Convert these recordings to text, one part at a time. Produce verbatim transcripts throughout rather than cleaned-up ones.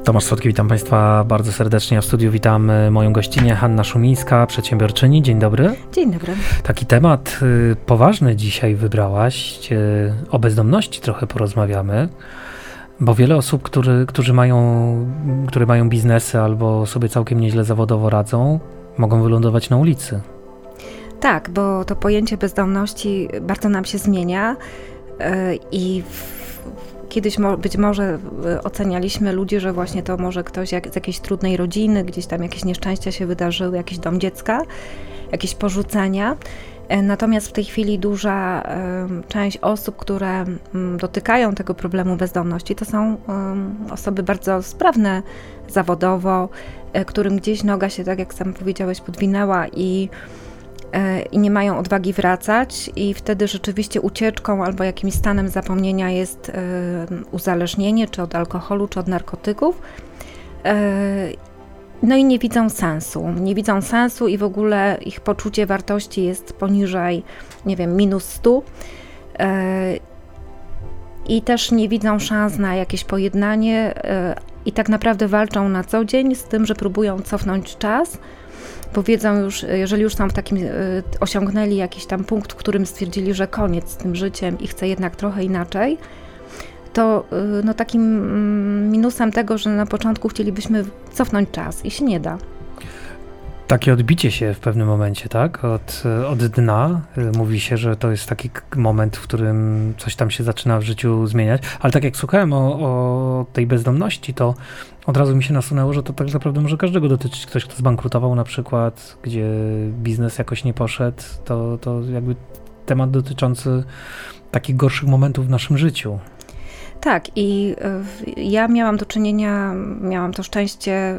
Tomasz Słodki, witam Państwa bardzo serdecznie. W studiu witam moją gościnę Hanna Szumińska, przedsiębiorczyni. Dzień dobry. Dzień dobry. Taki temat y, poważny dzisiaj wybrałaś. Y, o bezdomności trochę porozmawiamy, bo wiele osób, który, którzy mają, które mają biznesy albo sobie całkiem nieźle zawodowo radzą, mogą wylądować na ulicy. Tak, bo to pojęcie bezdomności bardzo nam się zmienia yy, i w, kiedyś mo, być może ocenialiśmy ludzi, że właśnie to może ktoś jak, z jakiejś trudnej rodziny, gdzieś tam jakieś nieszczęścia się wydarzyły, jakiś dom dziecka, jakieś porzucenia. Yy, natomiast w tej chwili duża yy, część osób, które yy, dotykają tego problemu bezdomności, to są yy, osoby bardzo sprawne zawodowo, yy, którym gdzieś noga się, tak jak sam powiedziałeś, podwinęła i i nie mają odwagi wracać i wtedy rzeczywiście ucieczką albo jakimś stanem zapomnienia jest uzależnienie, czy od alkoholu, czy od narkotyków. No i nie widzą sensu. Nie widzą sensu i w ogóle ich poczucie wartości jest poniżej, nie wiem, minus stu. I też nie widzą szans na jakieś pojednanie i tak naprawdę walczą na co dzień z tym, że próbują cofnąć czas, bo wiedzą już, jeżeli już są w takim, osiągnęli jakiś tam punkt, w którym stwierdzili, że koniec z tym życiem i chce jednak trochę inaczej, to no, takim minusem tego, że na początku chcielibyśmy cofnąć czas i się nie da. Takie odbicie się w pewnym momencie, tak? Od, od dna. Mówi się, że to jest taki moment, w którym coś tam się zaczyna w życiu zmieniać. Ale tak jak słuchałem o, o tej bezdomności, to od razu mi się nasunęło, że to tak naprawdę może każdego dotyczyć. Ktoś, kto zbankrutował na przykład, gdzie biznes jakoś nie poszedł, to, to jakby temat dotyczący takich gorszych momentów w naszym życiu. Tak, i y, ja miałam do czynienia, miałam to szczęście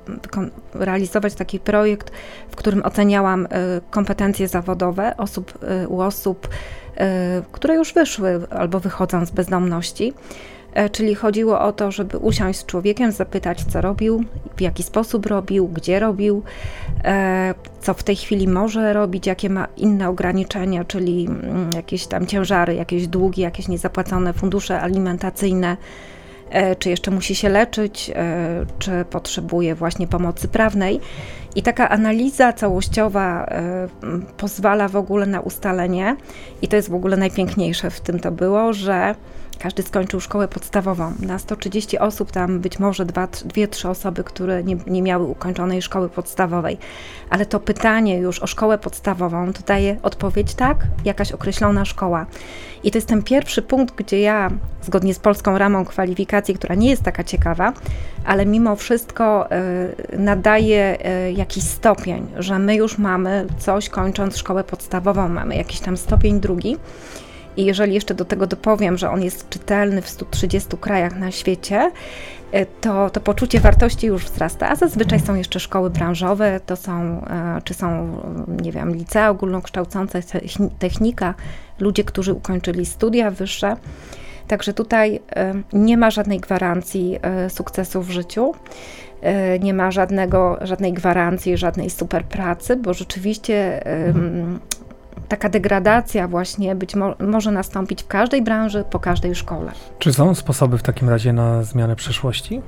y, realizować taki projekt, w którym oceniałam y, kompetencje zawodowe osób, y, u osób, y, które już wyszły albo wychodzą z bezdomności. Y, czyli chodziło o to, żeby usiąść z człowiekiem, zapytać, co robił, w jaki sposób robił, gdzie robił, y, co w tej chwili może robić, jakie ma inne ograniczenia, czyli y, jakieś tam ciężary, jakieś długi, jakieś niezapłacone fundusze alimentacyjne, y, czy jeszcze musi się leczyć, y, czy potrzebuje właśnie pomocy prawnej. I taka analiza całościowa y, pozwala w ogóle na ustalenie, i to jest w ogóle najpiękniejsze w tym to było, że każdy skończył szkołę podstawową. Na sto trzydzieści osób tam być może dwa, dwie, trzy osoby, które nie, nie miały ukończonej szkoły podstawowej. Ale to pytanie już o szkołę podstawową to daje odpowiedź tak, jakaś określona szkoła. I to jest ten pierwszy punkt, gdzie ja, zgodnie z polską ramą kwalifikacji, która nie jest taka ciekawa, ale mimo wszystko y, nadaje y, jakiś stopień, że my już mamy coś, kończąc szkołę podstawową, mamy jakiś tam stopień drugi. I jeżeli jeszcze do tego dopowiem, że on jest czytelny w stu trzydziestu krajach na świecie, to, to poczucie wartości już wzrasta, a zazwyczaj są jeszcze szkoły branżowe, to są, czy są, nie wiem, licea ogólnokształcące, technika, ludzie, którzy ukończyli studia wyższe. Także tutaj nie ma żadnej gwarancji sukcesu w życiu, nie ma żadnego, żadnej gwarancji, żadnej super pracy, bo rzeczywiście hmm. taka degradacja właśnie być mo- może nastąpić w każdej branży, po każdej szkole. Czy są sposoby w takim razie na zmianę przeszłości?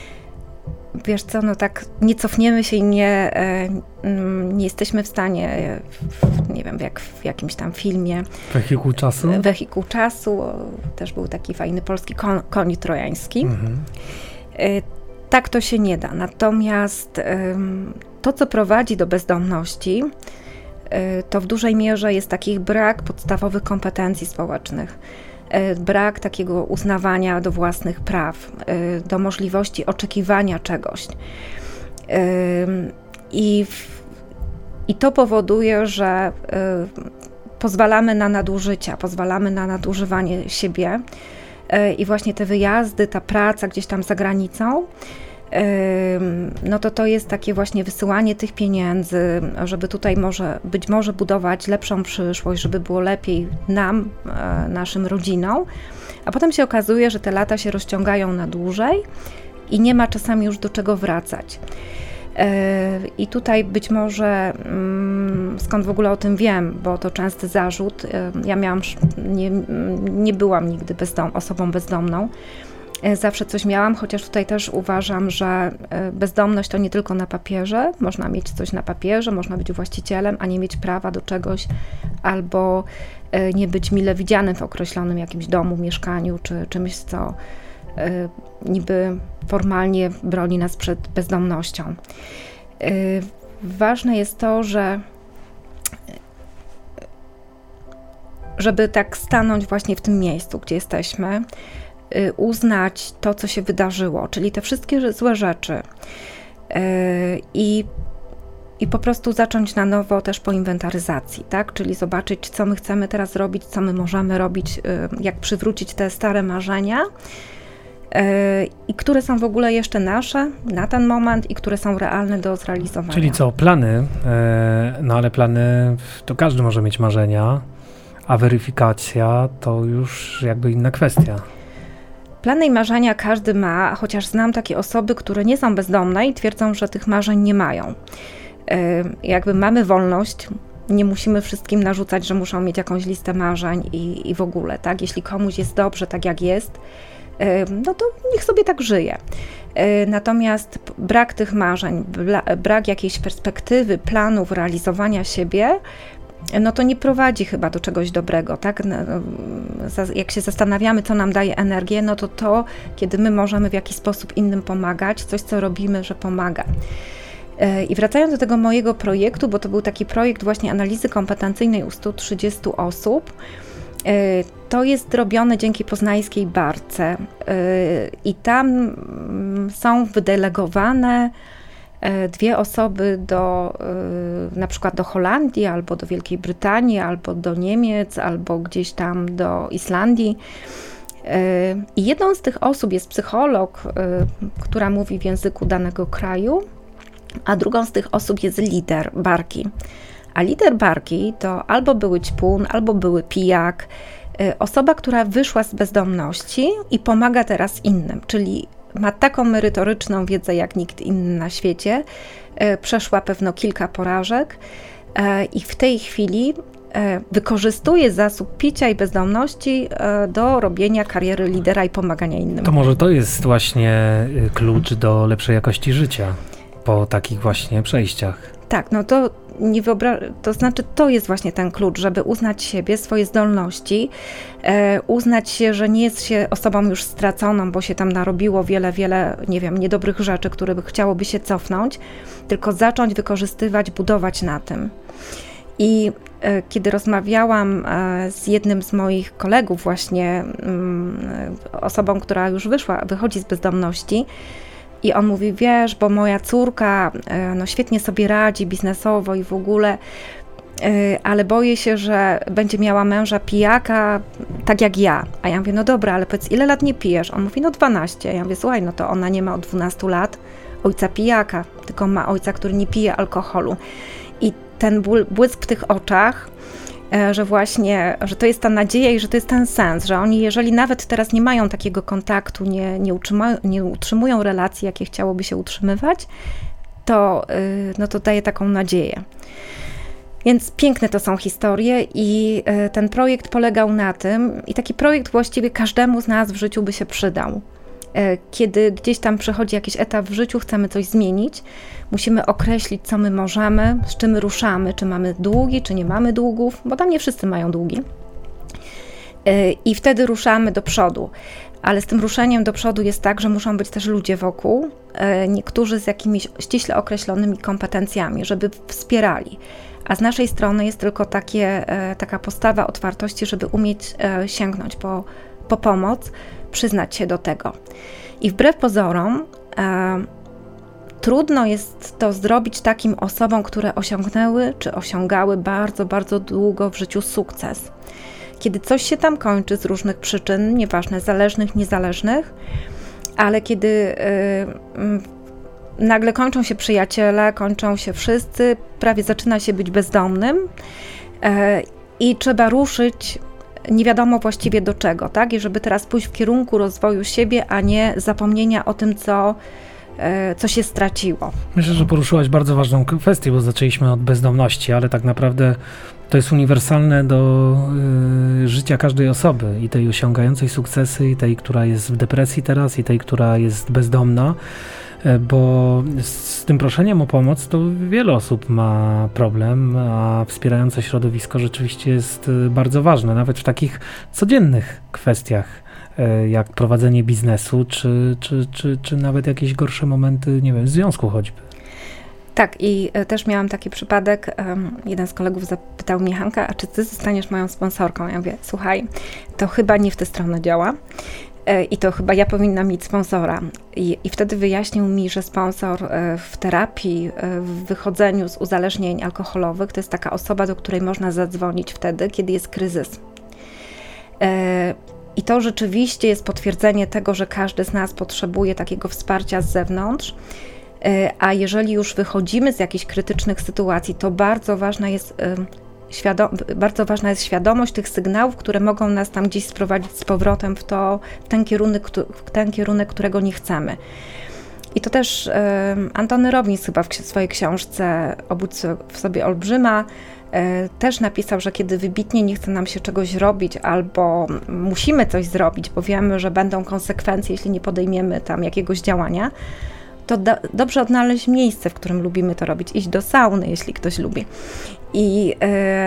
Wiesz co, no tak nie cofniemy się i nie, nie jesteśmy w stanie, nie wiem, jak w jakimś tam filmie. Wehikuł czasu? Wehikuł czasu, też był taki fajny polski kon, koń trojański. Mhm. Tak to się nie da. Natomiast to, co prowadzi do bezdomności, to w dużej mierze jest taki brak podstawowych kompetencji społecznych, brak takiego uznawania do własnych praw, do możliwości oczekiwania czegoś. I, i to powoduje, że pozwalamy na nadużycia, pozwalamy na nadużywanie siebie i właśnie te wyjazdy, ta praca gdzieś tam za granicą, no to to jest takie właśnie wysyłanie tych pieniędzy, żeby tutaj może, być może budować lepszą przyszłość, żeby było lepiej nam, naszym rodzinom, a potem się okazuje, że te lata się rozciągają na dłużej i nie ma czasami już do czego wracać. I tutaj być może, skąd w ogóle o tym wiem, bo to częsty zarzut, ja miałam, nie, nie byłam nigdy bezdom, osobą bezdomną, Zawsze coś miałam, chociaż tutaj też uważam, że bezdomność to nie tylko na papierze. Można mieć coś na papierze, można być właścicielem, a nie mieć prawa do czegoś albo nie być mile widzianym w określonym jakimś domu, mieszkaniu czy czymś, co niby formalnie broni nas przed bezdomnością. Ważne jest to, że żeby tak stanąć właśnie w tym miejscu, gdzie jesteśmy, uznać to, co się wydarzyło, czyli te wszystkie złe rzeczy i, i po prostu zacząć na nowo też po inwentaryzacji, tak? Czyli zobaczyć, co my chcemy teraz robić, co my możemy robić, jak przywrócić te stare marzenia i które są w ogóle jeszcze nasze na ten moment i które są realne do zrealizowania. Czyli co, plany, no ale plany, to każdy może mieć marzenia, a weryfikacja to już jakby inna kwestia. Plany i marzenia każdy ma, chociaż znam takie osoby, które nie są bezdomne i twierdzą, że tych marzeń nie mają. Jakby mamy wolność, nie musimy wszystkim narzucać, że muszą mieć jakąś listę marzeń i, i w ogóle, tak? Jeśli komuś jest dobrze tak jak jest, no to niech sobie tak żyje. Natomiast brak tych marzeń, brak jakiejś perspektywy, planów realizowania siebie, no to nie prowadzi chyba do czegoś dobrego, tak? Jak się zastanawiamy, co nam daje energię, no to to, kiedy my możemy w jakiś sposób innym pomagać, coś, co robimy, że pomaga. I wracając do tego mojego projektu, bo to był taki projekt właśnie analizy kompetencyjnej u stu trzydziestu osób, to jest robione dzięki poznańskiej barce i tam są wydelegowane dwie osoby do, na przykład do Holandii, albo do Wielkiej Brytanii, albo do Niemiec, albo gdzieś tam do Islandii. I jedną z tych osób jest psycholog, która mówi w języku danego kraju, a drugą z tych osób jest lider barki. A lider barki to albo były ćpun, albo były pijak, osoba, która wyszła z bezdomności i pomaga teraz innym, czyli ma taką merytoryczną wiedzę jak nikt inny na świecie, przeszła pewno kilka porażek i w tej chwili wykorzystuje zasób picia i bezdomności do robienia kariery lidera i pomagania innym. To może to jest właśnie klucz do lepszej jakości życia po takich właśnie przejściach. Tak, no to nie wyobra- to znaczy to jest właśnie ten klucz, żeby uznać siebie, swoje zdolności, e, uznać się, że nie jest się osobą już straconą, bo się tam narobiło wiele, wiele, nie wiem, niedobrych rzeczy, które by chciałoby się cofnąć, tylko zacząć wykorzystywać, budować na tym. I e, kiedy rozmawiałam e, z jednym z moich kolegów właśnie, mm, osobą, która już wyszła, wychodzi z bezdomności, i on mówi, wiesz, bo moja córka no, świetnie sobie radzi biznesowo i w ogóle, ale boję się, że będzie miała męża pijaka tak jak ja. A ja mówię, no dobra, ale powiedz, ile lat nie pijesz? On mówi, no dwanaście. Ja mówię, słuchaj, no to ona nie ma od dwunastu lat ojca pijaka, tylko ma ojca, który nie pije alkoholu. I ten błysk w tych oczach, że właśnie, że to jest ta nadzieja i że to jest ten sens, że oni jeżeli nawet teraz nie mają takiego kontaktu, nie, nie, utrzymują, nie utrzymują relacji, jakie chciałoby się utrzymywać, to, no to daje taką nadzieję. Więc piękne to są historie i ten projekt polegał na tym, i taki projekt właściwie każdemu z nas w życiu by się przydał. Kiedy gdzieś tam przechodzi jakiś etap w życiu, chcemy coś zmienić, musimy określić, co my możemy, z czym ruszamy, czy mamy długi, czy nie mamy długów, bo tam nie wszyscy mają długi. I wtedy ruszamy do przodu. Ale z tym ruszeniem do przodu jest tak, że muszą być też ludzie wokół, niektórzy z jakimiś ściśle określonymi kompetencjami, żeby wspierali. A z naszej strony jest tylko takie, taka postawa otwartości, żeby umieć sięgnąć po, po pomoc, przyznać się do tego. I wbrew pozorom e, trudno jest to zrobić takim osobom, które osiągnęły czy osiągały bardzo, bardzo długo w życiu sukces. Kiedy coś się tam kończy z różnych przyczyn, nieważne, zależnych, niezależnych, ale kiedy e, m, nagle kończą się przyjaciele, kończą się wszyscy, prawie zaczyna się być bezdomnym e, i trzeba ruszyć nie wiadomo właściwie do czego, tak? I żeby teraz pójść w kierunku rozwoju siebie, a nie zapomnienia o tym, co, co się straciło. Myślę, że poruszyłaś bardzo ważną kwestię, bo zaczęliśmy od bezdomności, ale tak naprawdę to jest uniwersalne do y, życia każdej osoby, i tej osiągającej sukcesy, i tej, która jest w depresji teraz, i tej, która jest bezdomna, y, bo z tym proszeniem o pomoc to wiele osób ma problem, a wspierające środowisko rzeczywiście jest y, bardzo ważne, nawet w takich codziennych kwestiach, y, jak prowadzenie biznesu, czy, czy, czy, czy nawet jakieś gorsze momenty, nie wiem, w związku choćby. Tak, i też miałam taki przypadek, um, jeden z kolegów zapytał mnie: Hanka, a czy ty zostaniesz moją sponsorką? Ja mówię: słuchaj, to chyba nie w tę stronę działa e, i to chyba ja powinnam mieć sponsora. I, i wtedy wyjaśnił mi, że sponsor e, w terapii, e, w wychodzeniu z uzależnień alkoholowych to jest taka osoba, do której można zadzwonić wtedy, kiedy jest kryzys. E, I to rzeczywiście jest potwierdzenie tego, że każdy z nas potrzebuje takiego wsparcia z zewnątrz. A jeżeli już wychodzimy z jakichś krytycznych sytuacji, to bardzo ważna jest, świadom- bardzo ważna jest świadomość tych sygnałów, które mogą nas tam gdzieś sprowadzić z powrotem w, to, w, ten, kierunek, w ten kierunek, którego nie chcemy. I to też Antony Robbins chyba w swojej książce Obudź w sobie olbrzyma też napisał, że kiedy wybitnie nie chce nam się czegoś robić albo musimy coś zrobić, bo wiemy, że będą konsekwencje, jeśli nie podejmiemy tam jakiegoś działania, to do, dobrze odnaleźć miejsce, w którym lubimy to robić. Iść do sauny, jeśli ktoś lubi. I, yy,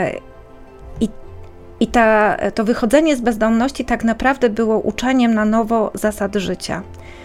i, i ta, to wychodzenie z bezdomności tak naprawdę było uczeniem na nowo zasad życia.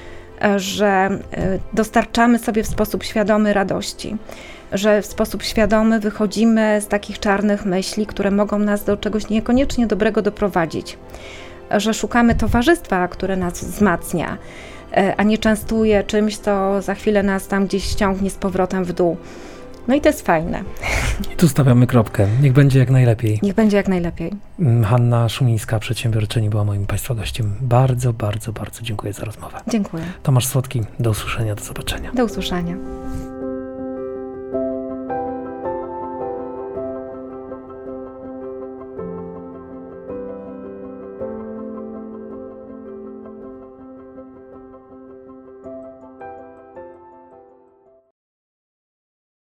Że yy, dostarczamy sobie w sposób świadomy radości. Że w sposób świadomy wychodzimy z takich czarnych myśli, które mogą nas do czegoś niekoniecznie dobrego doprowadzić. Że szukamy towarzystwa, które nas wzmacnia, a nie częstuje czymś, co za chwilę nas tam gdzieś ściągnie z powrotem w dół. No i to jest fajne. I tu stawiamy kropkę. Niech będzie jak najlepiej. Niech będzie jak najlepiej. Hanna Szumińska, przedsiębiorczyni, była moim Państwa gościem. Bardzo, bardzo, bardzo dziękuję za rozmowę. Dziękuję. Tomasz Słodki, do usłyszenia, do zobaczenia. Do usłyszenia.